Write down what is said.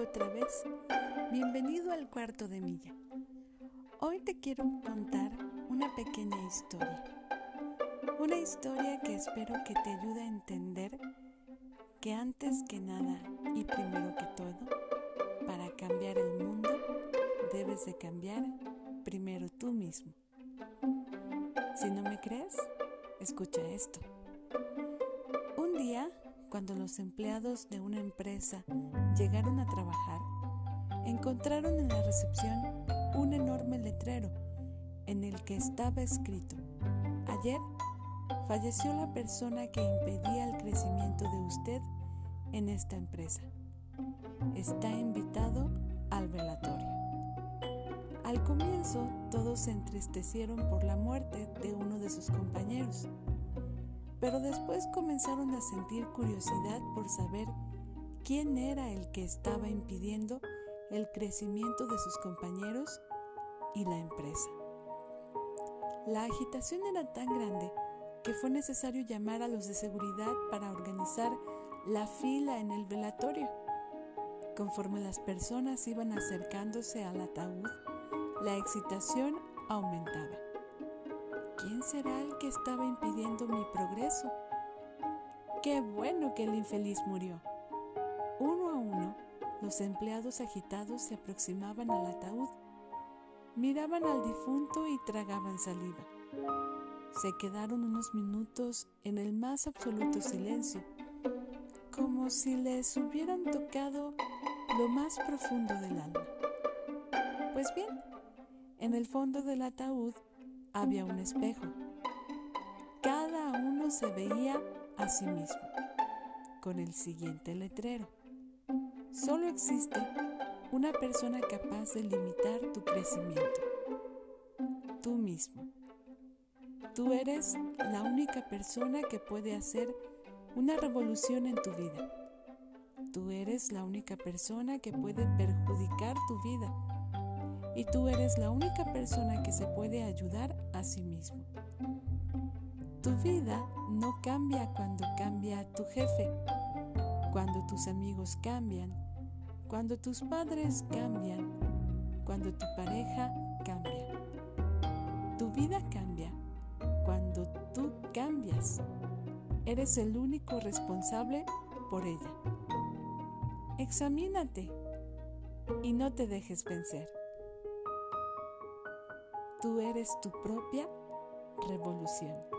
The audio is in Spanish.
otra vez. Bienvenido al Cuarto de Milla. Hoy te quiero contar una pequeña historia. Una historia que espero que te ayude a entender que antes que nada y primero que todo, para cambiar el mundo, debes de cambiar primero tú mismo. Si no me crees, escucha esto. Un día, cuando los empleados de una empresa llegaron a trabajar, encontraron en la recepción un enorme letrero en el que estaba escrito: ayer falleció la persona que impedía el crecimiento de usted en esta empresa. Está invitado al velatorio. Al comienzo, todos se entristecieron por la muerte de uno de sus compañeros, pero después comenzaron a sentir curiosidad por saber quién era el que estaba impidiendo el crecimiento de sus compañeros y la empresa. La agitación era tan grande que fue necesario llamar a los de seguridad para organizar la fila en el velatorio. Conforme las personas iban acercándose al ataúd, la excitación aumentaba. ¿Quién será el que estaba impidiendo mi progreso? ¡Qué bueno que el infeliz murió! Uno a uno, los empleados agitados se aproximaban al ataúd, miraban al difunto y tragaban saliva. Se quedaron unos minutos en el más absoluto silencio, como si les hubieran tocado lo más profundo del alma. Pues bien, en el fondo del ataúd había un espejo. Cada uno se veía a sí mismo, con el siguiente letrero: solo existe una persona capaz de limitar tu crecimiento: tú mismo. Tú eres la única persona que puede hacer una revolución en tu vida. Tú eres la única persona que puede perjudicar tu vida. Y tú eres la única persona que se puede ayudar a sí mismo. Tu vida no cambia cuando cambia tu jefe, cuando tus amigos cambian, cuando tus padres cambian, cuando tu pareja cambia. Tu vida cambia cuando tú cambias. Eres el único responsable por ella. Examínate y no te dejes vencer. Tú eres tu propia revolución.